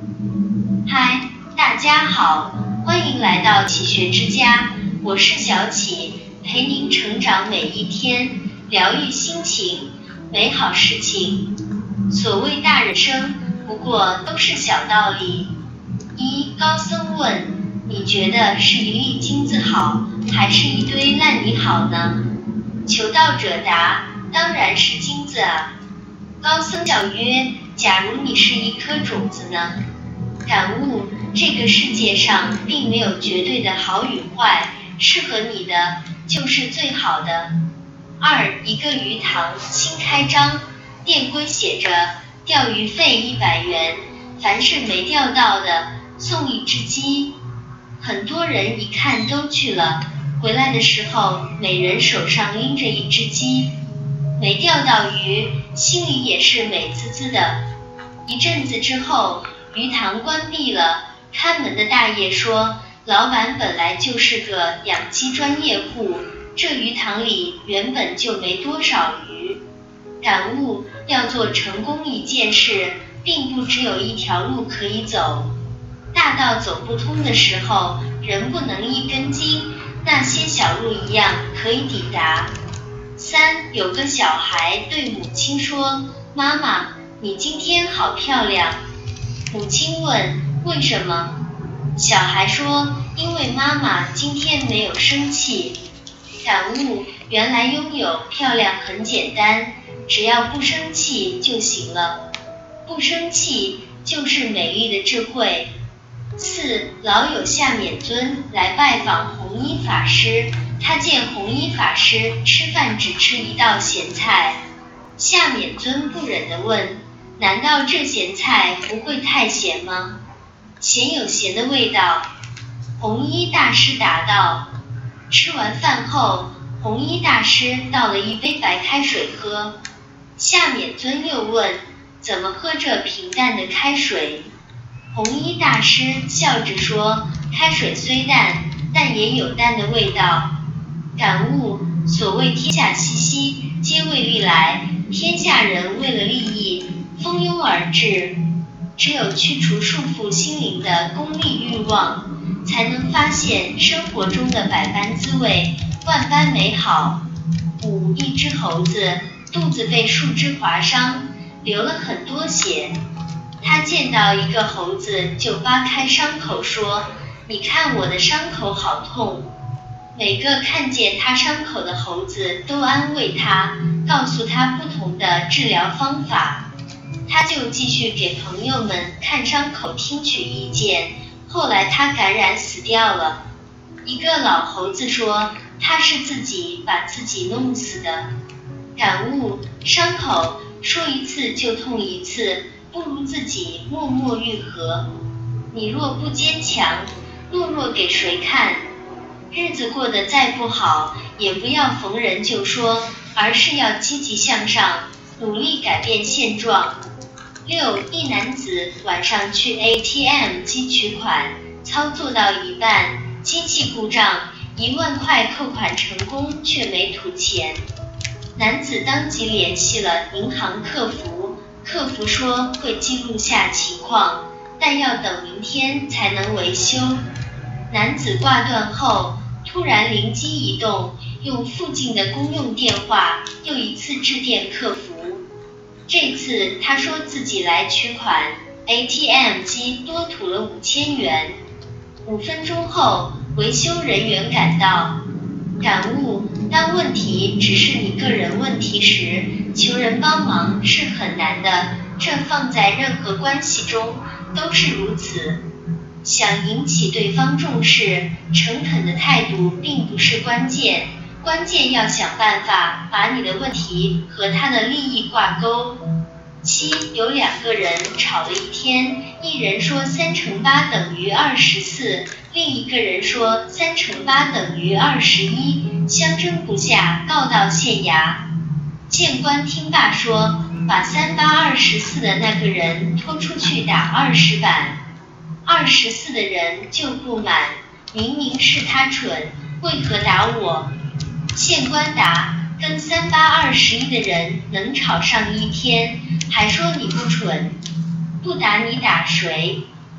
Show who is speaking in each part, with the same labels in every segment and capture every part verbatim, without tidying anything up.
Speaker 1: 嗨，大家好，欢迎来到启学之家，我是小启，陪您成长每一天，疗愈心情，美好事情。所谓大人生，不过都是小道理。一高僧问，你觉得是一粒金子好，还是一堆烂泥好呢？求道者答，当然是金子啊。高僧笑曰，假如你是一颗种子呢？感悟，这个世界上并没有绝对的好与坏，适合你的就是最好的。二，一个鱼塘新开张，店规写着钓鱼费一百元，凡是没钓到的送一只鸡。很多人一看都去了，回来的时候每人手上拎着一只鸡，没钓到鱼，心里也是美滋滋的。一阵子之后，鱼塘关闭了，看门的大爷说，老板本来就是个养鸡专业户，这鱼塘里原本就没多少鱼。感悟，要做成功一件事，并不只有一条路可以走。大道走不通的时候，人不能一根筋，那些小路一样可以抵达。三，有个小孩对母亲说，妈妈，你今天好漂亮。母亲问，为什么？小孩说，因为妈妈今天没有生气。感悟，原来拥有漂亮很简单，只要不生气就行了。不生气就是美丽的智慧。四，老有夏丏尊来拜访弘一法师，他见弘一法师吃饭只吃一道咸菜，夏丏尊不忍地问，难道这咸菜不会太咸吗？咸有咸的味道。弘一大师答道。吃完饭后，弘一大师倒了一杯白开水喝。夏丏尊又问，怎么喝这平淡的开水？弘一大师笑着说，开水虽淡，但也有淡的味道。感悟，所谓天下熙熙，皆为利来，天下人为了利益蜂拥而至，只有去除束缚心灵的功利欲望，才能发现生活中的百般滋味，万般美好。五，一只猴子肚子被树枝划伤，流了很多血，他见到一个猴子就扒开伤口说，你看我的伤口好痛。每个看见他伤口的猴子都安慰他，告诉他不同的治疗方法。他就继续给朋友们看伤口，听取意见。后来他感染死掉了。一个老猴子说，他是自己把自己弄死的。感悟，伤口说一次就痛一次，不如自己默默愈合。你若不坚强，懦弱给谁看？日子过得再不好，也不要逢人就说，而是要积极向上，努力改变现状。六，一男子晚上去 A T M 机取款，操作到一半，机器故障，一万块扣款成功，却没吐钱。男子当即联系了银行客服，客服说会记录下情况，但要等明天才能维修。男子挂断后，突然灵机一动，用附近的公用电话又一次致电客服。这次他说自己来取款 ，A T M 机多吐了五千元。五分钟后，维修人员赶到。感悟，当问题只是你个人问题时，求人帮忙是很难的，这放在任何关系中都是如此。想引起对方重视，诚恳的态度并不是关键，关键要想办法把你的问题和他的利益挂钩。七，有两个人吵了一天，一人说三乘八等于二十四，另一个人说三乘八等于二十一，相争不下，告到县衙。县官听罢说，把三八二十四的那个人拖出去打二十板。二十四的人就不满，明明是他蠢，为何打我？县官答，跟三八二十一的人能吵上一天，还说你不蠢，不打你打谁？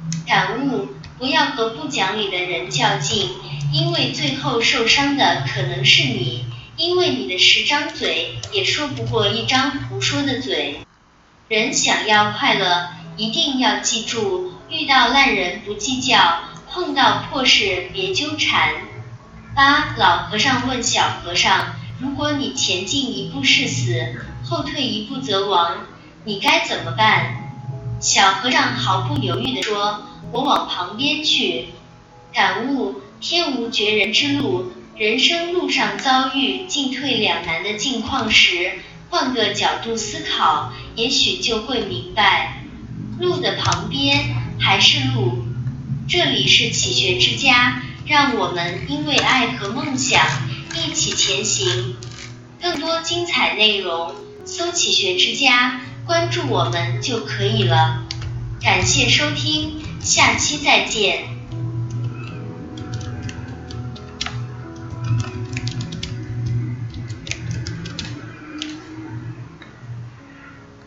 Speaker 1: 感悟：不要和不讲理的人较劲，因为最后受伤的可能是你，因为你的十张嘴也说不过一张胡说的嘴。人想要快乐，一定要记住，遇到烂人不计较，碰到破事别纠缠。八，老和尚问小和尚，如果你前进一步是死，后退一步则亡，你该怎么办？小和尚毫不犹豫地说，我往旁边去。感悟：天无绝人之路，人生路上遭遇进退两难的境况时，换个角度思考，也许就会明白，路的旁边还是路。这里是启学之家，让我们因为爱和梦想一起前行。更多精彩内容，搜启学之家，关注我们就可以了。感谢收听，下期再见。